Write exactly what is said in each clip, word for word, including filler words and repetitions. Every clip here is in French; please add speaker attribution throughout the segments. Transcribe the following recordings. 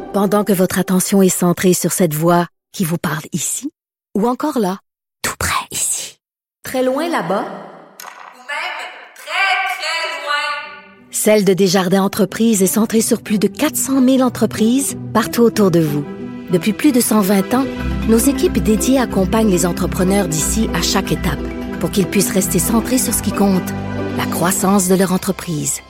Speaker 1: Pendant que votre attention est centrée sur cette voix qui vous parle ici, ou encore là, tout près ici, très loin là-bas,
Speaker 2: ou même très, très loin,
Speaker 1: Celle de Desjardins Entreprises est centrée sur plus de quatre cent mille entreprises partout autour de vous. Depuis plus de cent vingt ans, nos équipes dédiées accompagnent les entrepreneurs d'ici à chaque étape pour qu'ils puissent rester centrés sur ce qui compte, la croissance de leur entreprise.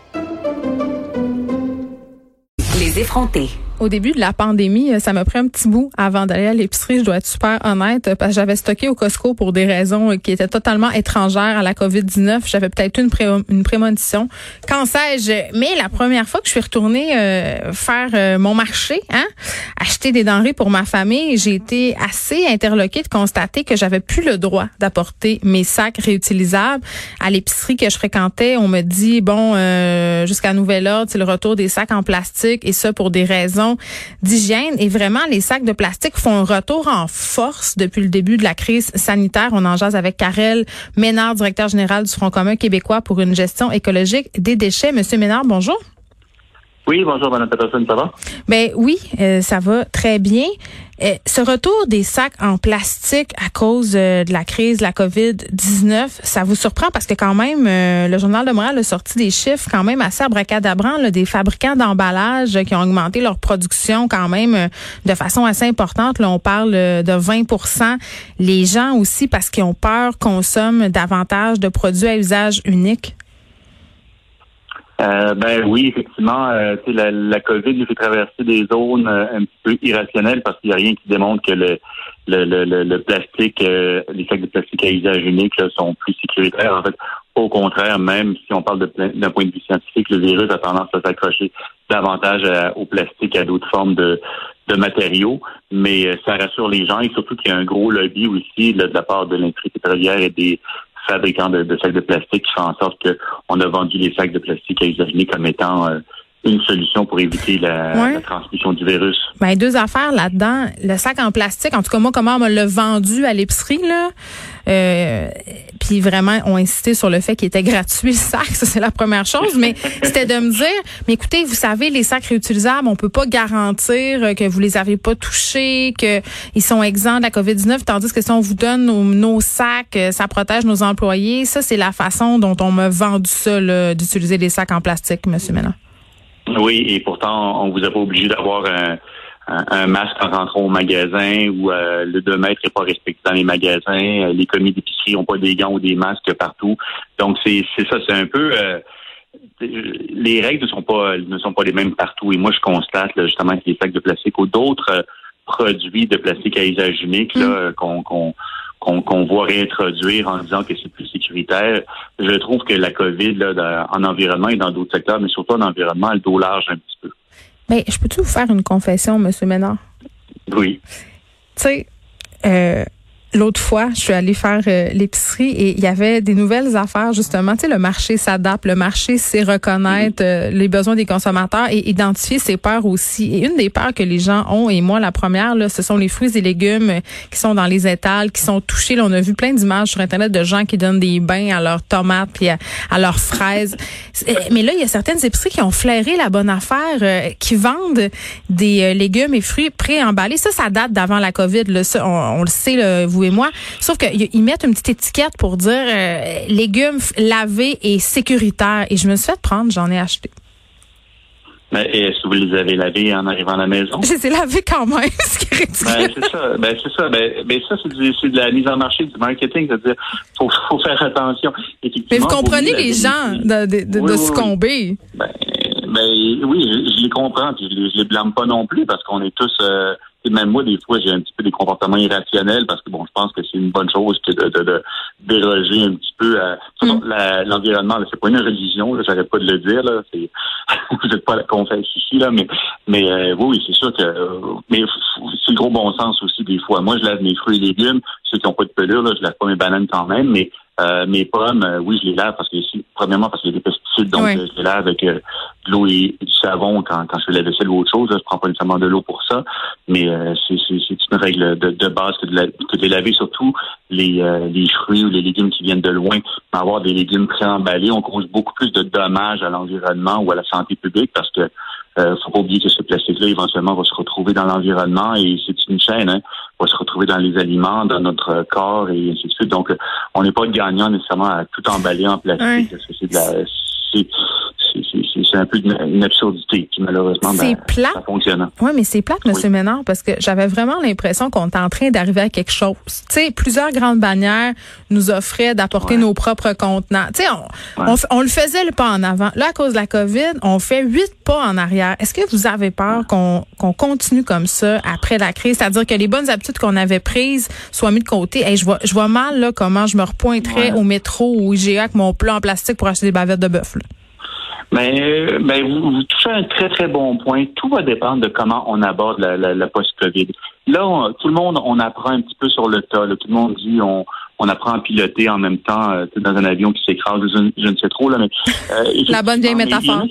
Speaker 3: Les effrontés.
Speaker 4: Au début de la pandémie, ça m'a pris un petit bout avant d'aller à l'épicerie, je dois être super honnête, parce que j'avais stocké au Costco pour des raisons qui étaient totalement étrangères à la covid dix-neuf. J'avais peut-être une, pré- une prémonition. Qu'en sais-je? Mais la première fois que je suis retournée euh, faire euh, mon marché, hein, acheter des denrées pour ma famille, j'ai été assez interloquée de constater que j'avais plus le droit d'apporter mes sacs réutilisables. À l'épicerie que je fréquentais, on me dit, bon, euh, jusqu'à nouvel ordre, c'est le retour des sacs en plastique, et ça pour des raisons d'hygiène. Et vraiment, les sacs de plastique font un retour en force depuis le début de la crise sanitaire. On en jase avec Karel Ménard, directeur général du Front commun québécois pour une gestion écologique des déchets. Monsieur Ménard, bonjour.
Speaker 5: Oui, bonjour, Mme Peterson, ça va?
Speaker 4: Ben oui, euh, ça va très bien. Euh, ce retour des sacs en plastique à cause euh, de la crise de la covid dix-neuf, ça vous surprend parce que quand même, euh, le Journal de Montréal a sorti des chiffres quand même assez abracadabrants, là, des fabricants d'emballage qui ont augmenté leur production quand même euh, de façon assez importante. Là, on parle euh, de vingt pour cent. Les gens aussi, parce qu'ils ont peur, consomment davantage de produits à usage unique.
Speaker 5: Euh, ben oui, effectivement, euh, la, la COVID nous fait traverser des zones euh, un petit peu irrationnelles parce qu'il n'y a rien qui démontre que le le, le, le plastique, euh, les sacs de plastique à usage unique là, sont plus sécuritaires. En fait, au contraire, même si on parle de, d'un point de vue scientifique, le virus a tendance à s'accrocher davantage à, au plastique, à d'autres formes de, de matériaux. Mais euh, ça rassure les gens et surtout qu'il y a un gros lobby aussi là, de la part de l'industrie pétrolière et des fabricants de, de sacs de plastique qui font en sorte qu'on a vendu les sacs de plastique à usage unique comme étant euh, une solution pour éviter la, ouais. la transmission du virus.
Speaker 4: Ben, deux affaires là-dedans. Le sac en plastique, en tout cas, moi, comment on me l'a vendu à l'épicerie, là, euh, puis vraiment, on insisté sur le fait qu'il était gratuit, le sac, ça, c'est la première chose, mais c'était de me dire, mais écoutez, vous savez, les sacs réutilisables, on peut pas garantir que vous les avez pas touchés, que ils sont exempts de la covid dix-neuf, tandis que si on vous donne nos, nos sacs, ça protège nos employés. Ça, c'est la façon dont on m'a vendu ça, là, d'utiliser des sacs en plastique, Monsieur Ménard.
Speaker 5: Oui, et pourtant, on vous a pas obligé d'avoir un, un, un masque en rentrant au magasin ou euh, le deux mètres n'est pas respecté dans les magasins. Les commis d'épicerie n'ont pas des gants ou des masques partout. Donc, c'est, c'est ça, c'est un peu... Euh, les règles ne sont pas ne sont pas les mêmes partout. Et moi, je constate là, justement que les sacs de plastique ou d'autres euh, produits de plastique à usage unique là, mmh. qu'on... qu'on Qu'on, qu'on voit réintroduire en disant que c'est plus sécuritaire. Je trouve que la COVID, là, dans, en environnement et dans d'autres secteurs, mais surtout en environnement, elle dos large un petit peu.
Speaker 4: Mais je peux-tu vous faire une confession, M. Ménard?
Speaker 5: Oui.
Speaker 4: Tu sais, euh, l'autre fois, je suis allée faire euh, l'épicerie et il y avait des nouvelles affaires, justement. Tu sais, le marché s'adapte, le marché sait reconnaître euh, les besoins des consommateurs et identifier ses peurs aussi. Et une des peurs que les gens ont, et moi, la première, là, ce sont les fruits et légumes euh, qui sont dans les étals, qui sont touchés. Là, on a vu plein d'images sur Internet de gens qui donnent des bains à leurs tomates puis à, à leurs fraises. Mais là, il y a certaines épiceries qui ont flairé la bonne affaire, euh, qui vendent des euh, légumes et fruits pré-emballés. Ça, ça date d'avant la COVID. Là. Ça, on, on le sait, là, vous et moi. Sauf qu'ils mettent une petite étiquette pour dire euh, légumes lavés et sécuritaires. Et je me suis fait prendre, j'en ai acheté.
Speaker 5: Mais est-ce que vous les avez lavés en arrivant à la maison?
Speaker 4: Je les ai lavés quand même, ce qui est ridicule.
Speaker 5: Ben, c'est ça. Ben, c'est ça. Ben, ben ça, c'est, du, c'est de la mise en marché, du marketing. C'est-à-dire, faut, faut faire attention.
Speaker 4: Mais vous comprenez les gens de, de, de, oui, de succomber.
Speaker 5: Oui. Ben, ben, oui, je, je les comprends. Puis je les, je les blâme pas non plus parce qu'on est tous... Euh, même moi, des fois, j'ai un petit peu des comportements irrationnels parce que, bon, je pense que c'est une bonne chose que de, de, de déroger un petit peu à mm. la, l'environnement. Là, c'est pas une religion, là, j'arrête pas de le dire. Là, c'est, vous n'êtes pas à la confesse ici, là, mais, mais euh, oui, c'est sûr que... Euh, mais c'est le gros bon sens aussi, des fois. Moi, je lave mes fruits et légumes. Ceux qui n'ont pas de pelure, là, je lave pas mes bananes quand même, mais euh, mes pommes, euh, oui, je les lave parce que, premièrement, parce qu'il y a des pesticides, donc oui. euh, je les lave avec euh, de l'eau et, et du savon quand, quand je fais la vaisselle ou autre chose. Là, je prends pas nécessairement de l'eau pour ça, mais euh, c'est, c'est, c'est une règle de, de base que de, la, que de les laver, surtout les, euh, les fruits ou les légumes qui viennent de loin. Avoir des légumes pré-emballés, on cause beaucoup plus de dommages à l'environnement ou à la santé publique parce que euh, faut pas oublier que ce plastique-là, éventuellement, va se retrouver dans l'environnement et c'est une chaîne, hein, va se retrouver dans les aliments, dans notre corps et ainsi de suite. Donc, euh, on n'est pas gagnant nécessairement à tout emballer en plastique. Ouais. Parce que c'est de la, c'est, c'est, c'est, c'est un peu une absurdité qui, malheureusement, ben, ça fonctionne.
Speaker 4: Oui, mais c'est plate, M. Oui. Ménard, parce que j'avais vraiment l'impression qu'on était en train d'arriver à quelque chose. Tu sais, plusieurs grandes bannières nous offraient d'apporter ouais. nos propres contenants. Tu sais, on, ouais. on, on le faisait le pas en avant. Là, à cause de la COVID, on fait huit pas en arrière. Est-ce que vous avez peur ouais. qu'on, qu'on continue comme ça après la crise? C'est-à-dire que les bonnes habitudes qu'on avait prises soient mises de côté. Hey, je vois, je vois mal là, comment je me repointerais ouais. au métro ou au I G A avec mon plat en plastique pour acheter des bavettes de bœuf. Là.
Speaker 5: Mais, mais vous, vous touchez un très, très bon point. Tout va dépendre de comment on aborde la, la, la post-COVID. Là, on, tout le monde, on apprend un petit peu sur le tas. Là. Tout le monde dit on, on apprend à piloter en même temps euh, dans un avion qui s'écrase. Je, je ne sais trop. Là, mais
Speaker 4: euh, la bonne vieille métaphore.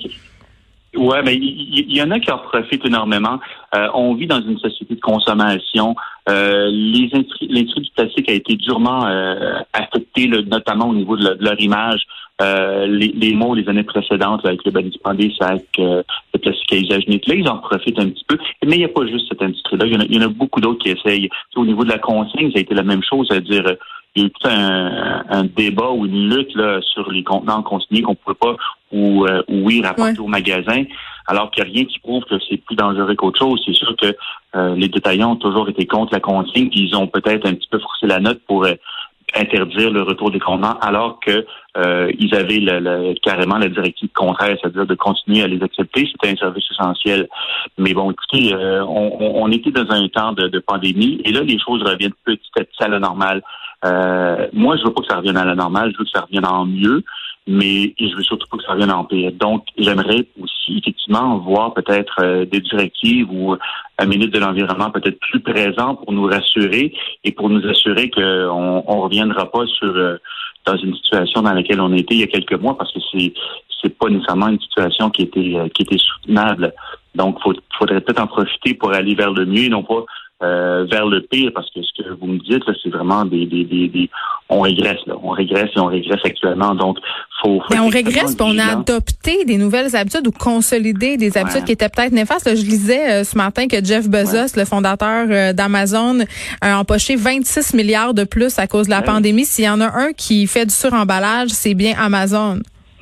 Speaker 5: Oui, mais il y, y en a qui en profitent énormément. Euh, on vit dans une société de consommation. Euh, les industries, l'industrie du plastique a été durement euh, affectée, là, notamment au niveau de, la, de leur image. Euh, les, les mots les années précédentes, là, avec le bannissement des sacs, euh, le plastique à usage unique, là, ils en profitent un petit peu. Mais il n'y a pas juste cette industrie-là. Il y en a, il y en a beaucoup d'autres qui essayent. Au niveau de la consigne, ça a été la même chose, c'est-à-dire euh, il y a eu tout un, un débat ou une lutte là, sur les contenants consignés qu'on ne pouvait pas ou euh, oui rapporter ouais. au magasin, alors qu'il n'y a rien qui prouve que c'est plus dangereux qu'autre chose. C'est sûr que euh, les détaillants ont toujours été contre la consigne, puis ils ont peut-être un petit peu forcé la note pour euh, interdire le retour des contenants, alors que euh, ils avaient le, le, carrément la directive contraire, c'est-à-dire de continuer à les accepter. C'était un service essentiel. Mais bon, écoutez, euh, on, on était dans un temps de, de pandémie, et là, les choses reviennent petit à petit à la normale. Euh, moi, je veux pas que ça revienne à la normale, je veux que ça revienne en mieux, mais je veux surtout pas que ça revienne en pire. Donc, j'aimerais aussi, effectivement, voir peut-être euh, des directives ou un ministre de l'Environnement peut-être plus présent pour nous rassurer et pour nous assurer qu'on on reviendra pas sur euh, dans une situation dans laquelle on était il y a quelques mois, parce que c'est c'est pas nécessairement une situation qui était euh, qui était soutenable. Donc, il faudrait peut-être en profiter pour aller vers le mieux et non pas Euh, vers le pire, parce que ce que vous me dites, là, c'est vraiment des, des, des, des on régresse, là. On régresse et on régresse actuellement. Donc, faut, faut
Speaker 4: Mais on régresse, puis on a adopté des nouvelles habitudes ou consolidé des habitudes ouais. qui étaient peut-être néfastes. Là, je lisais euh, ce matin que Jeff Bezos, ouais. le fondateur euh, d'Amazon, a empoché vingt-six milliards de plus à cause de la ouais. pandémie. S'il y en a un qui fait du suremballage, c'est bien Amazon.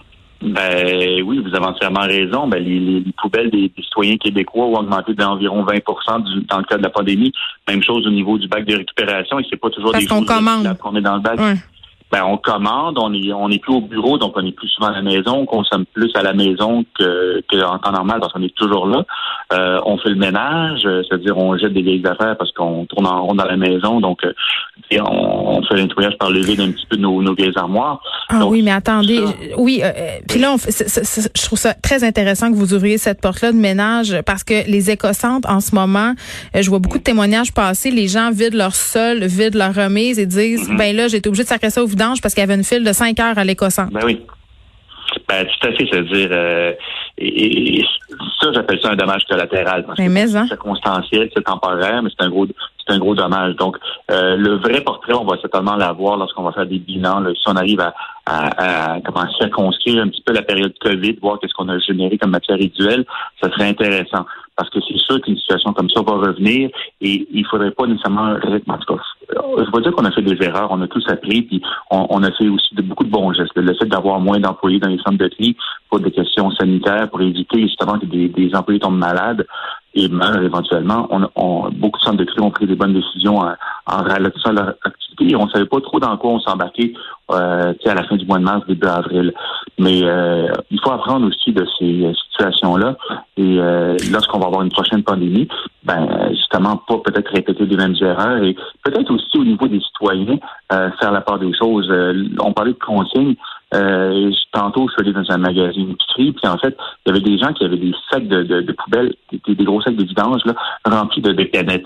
Speaker 5: Ben oui, vous avez entièrement raison. Ben les, les, les poubelles des, des citoyens québécois ont augmenté d'environ vingt pour cent du, dans le cadre de la pandémie. Même chose au niveau du bac de récupération, et c'est pas toujours
Speaker 4: Parce
Speaker 5: des
Speaker 4: qu'on
Speaker 5: choses
Speaker 4: commande.
Speaker 5: qu'on met dans le bac.
Speaker 4: Ouais.
Speaker 5: Ben on commande, on est on est plus au bureau, donc on est plus souvent à la maison, on consomme plus à la maison que, que en temps normal parce qu'on est toujours là. Euh, on fait le ménage, c'est-à-dire on jette des vieilles affaires parce qu'on tourne en rond dans la maison, donc et on, on fait le nettoyage par le vide un petit peu de nos, nos vieilles armoires.
Speaker 4: Ah
Speaker 5: donc,
Speaker 4: oui, mais attendez, ça, oui, euh, puis là, on fait, c'est, c'est, c'est, je trouve ça très intéressant que vous ouvriez cette porte-là de ménage, parce que les éco-centres, en ce moment, euh, je vois beaucoup de témoignages passer, les gens vident leur sol, vident leur remise et disent, mm-hmm. ben là, j'ai été obligé de sacrer ça au vidange parce qu'il y avait une file de cinq heures à l'éco-centre.
Speaker 5: Ben oui. Ben, tout à fait, c'est-à-dire, euh, et, et ça, j'appelle ça un dommage collatéral. Parce
Speaker 4: mais
Speaker 5: que
Speaker 4: mais,
Speaker 5: c'est
Speaker 4: hein?
Speaker 5: circonstanciel, c'est temporaire, mais c'est un gros, c'est un gros dommage. Donc, euh, le vrai portrait, on va certainement l'avoir lorsqu'on va faire des bilans. Là, si on arrive à, à, à commencer à construire un petit peu la période COVID, voir qu'est-ce qu'on a généré comme matière résiduelle, ça serait intéressant. Parce que c'est sûr qu'une situation comme ça va revenir et il faudrait pas nécessairement... En tout cas, je vais dire qu'on a fait des erreurs, on a tous appris, puis on, on a fait aussi de, beaucoup de bons gestes. Le fait d'avoir moins d'employés dans les centres de tri pour des questions sanitaires, pour éviter justement que des, des employés tombent malades et meurent éventuellement. On, on, beaucoup de centres de tri ont pris des bonnes décisions en, en ralentissant leur activité et on savait pas trop dans quoi on s'embarquait euh, à la fin du mois de mars, début avril. Mais euh, il faut apprendre aussi de ces euh, situations-là et euh, lorsqu'on va avoir une prochaine pandémie, ben justement pas peut-être répéter les mêmes erreurs et peut-être aussi au niveau des citoyens euh, faire la part des choses. Euh, on parlait de consignes. Euh, tantôt, je suis allé dans un magasin d'épicerie, puis en fait, il y avait des gens qui avaient des sacs de, de, de poubelles, des, des gros sacs de vidange là, remplis de, de canettes.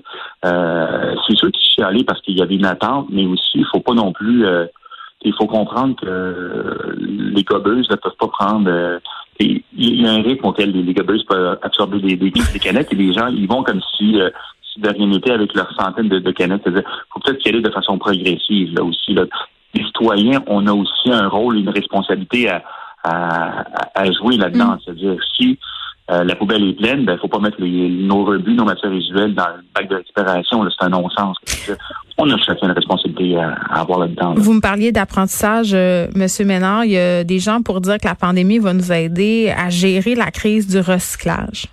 Speaker 5: Euh, c'est sûr qu'ils sont allés parce qu'il y avait une attente, mais aussi, il faut pas non plus... Euh, il faut comprendre que euh, les gobeuses ne peuvent pas prendre... Euh, il y a un rythme auquel les, les gobeuses peuvent absorber des, des, des canettes et les gens, ils vont comme si... Euh, si de rien n'était avec leurs centaines de, de canettes. C'est-à-dire, il faut peut-être y aller de façon progressive, là aussi, là. Les citoyens, on a aussi un rôle, une responsabilité à, à, à jouer là-dedans. Mm. C'est-à-dire, si euh, la poubelle est pleine, ben faut pas mettre les, nos rebuts, nos matières résiduelles dans le bac de récupération. Là, c'est un non-sens. On a chacun une responsabilité à, à avoir là-dedans. Là.
Speaker 4: Vous me parliez d'apprentissage, euh, Monsieur Ménard. Il y a des gens pour dire que la pandémie va nous aider à gérer la crise du recyclage.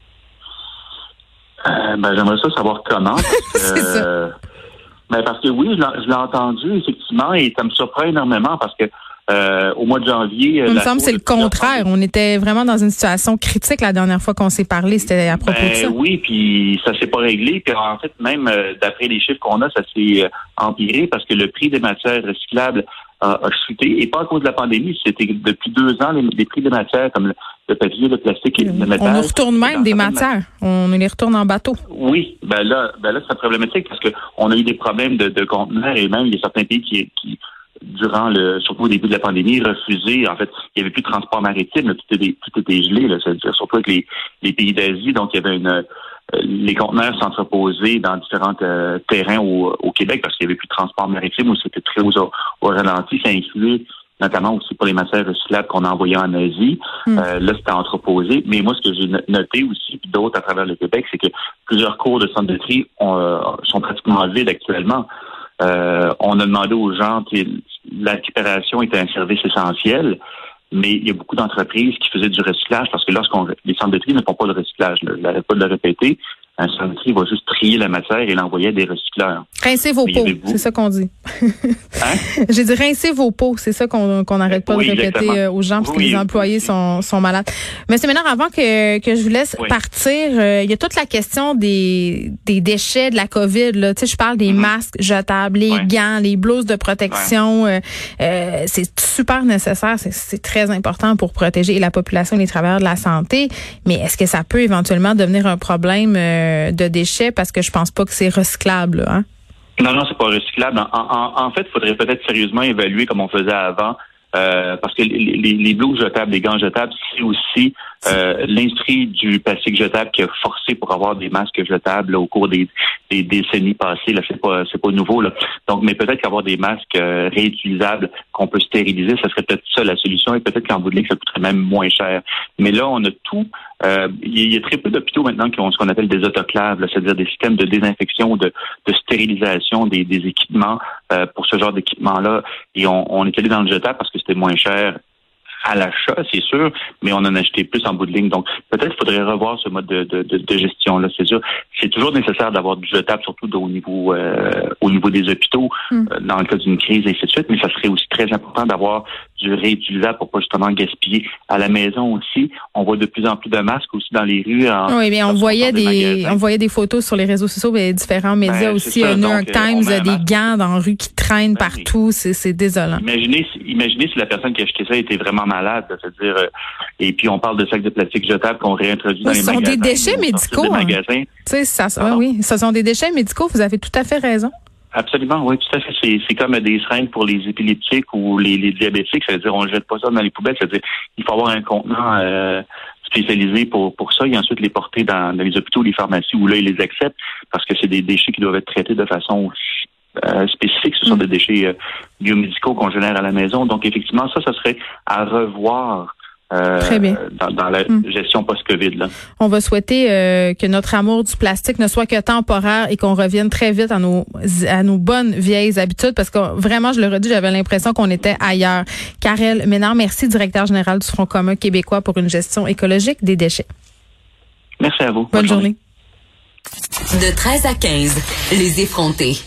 Speaker 5: Euh, ben, j'aimerais ça savoir comment.
Speaker 4: C'est ça.
Speaker 5: Euh, ben, parce que oui, je l'ai, je l'ai entendu, effectivement, et ça me surprend énormément parce que euh, au mois de janvier...
Speaker 4: Il me semble que c'est le contraire. On était vraiment dans une situation critique la dernière fois qu'on s'est parlé. C'était à propos
Speaker 5: ben,
Speaker 4: de ça.
Speaker 5: Oui, puis ça s'est pas réglé. Puis en fait, même euh, d'après les chiffres qu'on a, ça s'est euh, empiré parce que le prix des matières recyclables a, a chuté. Et pas à cause de la pandémie. C'était depuis deux ans, les, les prix des matières comme le, le papier, le plastique et le métal.
Speaker 4: On nous retourne même des matières. On nous les retourne en bateau.
Speaker 5: Oui, ben là, ben là, c'est problématique parce que on a eu des problèmes de, de conteneurs et même il y a certains pays qui, qui durant le, surtout au début de la pandémie, refusaient. En fait, il n'y avait plus de transport maritime, là, tout était, tout était gelé, là, c'est-à-dire surtout avec les, les pays d'Asie. Donc, il y avait une, euh, les conteneurs s'entreposaient dans différents euh, terrains au, au Québec parce qu'il n'y avait plus de transport maritime où c'était très au, au ralenti. Ça influait notamment aussi pour les matières recyclables qu'on envoyait en Asie. Mm. Euh, là, c'était entreposé. Mais moi, ce que j'ai noté aussi, puis d'autres à travers le Québec, c'est que plusieurs cours de centre de tri ont, euh, sont pratiquement vides actuellement. Euh, on a demandé aux gens, la récupération était un service essentiel, mais il y a beaucoup d'entreprises qui faisaient du recyclage parce que lorsqu'on les centres de tri ne font pas de recyclage, je n'arrête pas de le répéter, un centre de tri va juste trier la matière et l'envoyer à des recycleurs.
Speaker 4: Rincez vos pots, c'est ça qu'on dit. Hein? J'ai dit rincez vos pots, c'est ça qu'on qu'on n'arrête pas oui, de répéter exactement. aux gens parce oui, que les employés oui. sont, sont malades. Monsieur Ménard, avant que, que je vous laisse oui. partir, euh, il y a toute la question des, des déchets de la COVID. Là. Tu sais, je parle des mm-hmm. masques jetables, les oui. gants, les blouses de protection. Ouais. Euh, euh, c'est super nécessaire, c'est, c'est très important pour protéger la population et les travailleurs de la santé. Mais est-ce que ça peut éventuellement devenir un problème euh, de déchets parce que je pense pas que c'est recyclable, hein?
Speaker 5: Non, non, c'est pas recyclable. En, en, en fait, il faudrait peut-être sérieusement évaluer comme on faisait avant, euh, parce que les, les, les blouses jetables, les gants jetables, c'est aussi euh, l'industrie du plastique jetable qui a forcé pour avoir des masques jetables là, au cours des, des décennies passées. Là, c'est pas, c'est pas nouveau. Là. Donc, mais peut-être qu'avoir des masques euh, réutilisables qu'on peut stériliser, ça serait peut-être ça la solution, et peut-être qu'en bout de ligne, ça coûterait même moins cher. Mais là, on a tout. Euh, il y a très peu d'hôpitaux maintenant qui ont ce qu'on appelle des autoclaves, là, c'est-à-dire des systèmes de désinfection, de, de stérilisation des, des équipements euh, pour ce genre d'équipement-là. Et on, on est allé dans le jetable parce que c'était moins cher à l'achat, c'est sûr, mais on en a acheté plus en bout de ligne. Donc, peut-être qu'il faudrait revoir ce mode de, de, de, de gestion-là, c'est sûr. C'est toujours nécessaire d'avoir du jetable, surtout au niveau euh, au niveau des hôpitaux, mm. euh, dans le cas d'une crise, et ainsi de suite, mais ça serait aussi très important d'avoir du réutilisable pour pas justement gaspiller. À la maison aussi, on voit de plus en plus de masques aussi dans les rues. En,
Speaker 4: oui, mais on voyait des, des on voyait des photos sur les réseaux sociaux, mais différents médias ben, aussi, ça, New York Times, des gants dans la rue qui traînent ben, partout, c'est, c'est désolant.
Speaker 5: Imaginez, imaginez si la personne qui a acheté ça était vraiment malade, c'est-à-dire, euh, et puis on parle de sacs de plastique jetables qu'on réintroduit dans les magasins.
Speaker 4: Ce sont des déchets médicaux. Hein. Tu sais, ça, ah, oui, ce sont des déchets médicaux. Vous avez tout à fait raison.
Speaker 5: Absolument, oui, tout à fait. C'est, c'est comme des seringues pour les épileptiques ou les, les diabétiques. C'est-à-dire, on ne jette pas ça dans les poubelles. C'est-à-dire, il faut avoir un contenant euh, spécialisé pour pour ça et ensuite les porter dans, dans les hôpitaux, les pharmacies où là, ils les acceptent parce que c'est des déchets qui doivent être traités de façon euh, spécifique. Ce sont mmh. des déchets euh, biomédicaux qu'on génère à la maison. Donc, effectivement, ça, ça serait à revoir. Euh,
Speaker 4: Très bien.
Speaker 5: Dans, dans la mmh. gestion post-COVID. Là.
Speaker 4: On va souhaiter euh, que notre amour du plastique ne soit que temporaire et qu'on revienne très vite à nos à nos bonnes vieilles habitudes parce que vraiment, je le redis, j'avais l'impression qu'on était ailleurs. Karel Ménard, merci, directeur général du Front commun québécois pour une gestion écologique des déchets.
Speaker 5: Merci à vous.
Speaker 4: Bonne, Bonne journée.
Speaker 3: journée. De treize à quinze, les effrontés.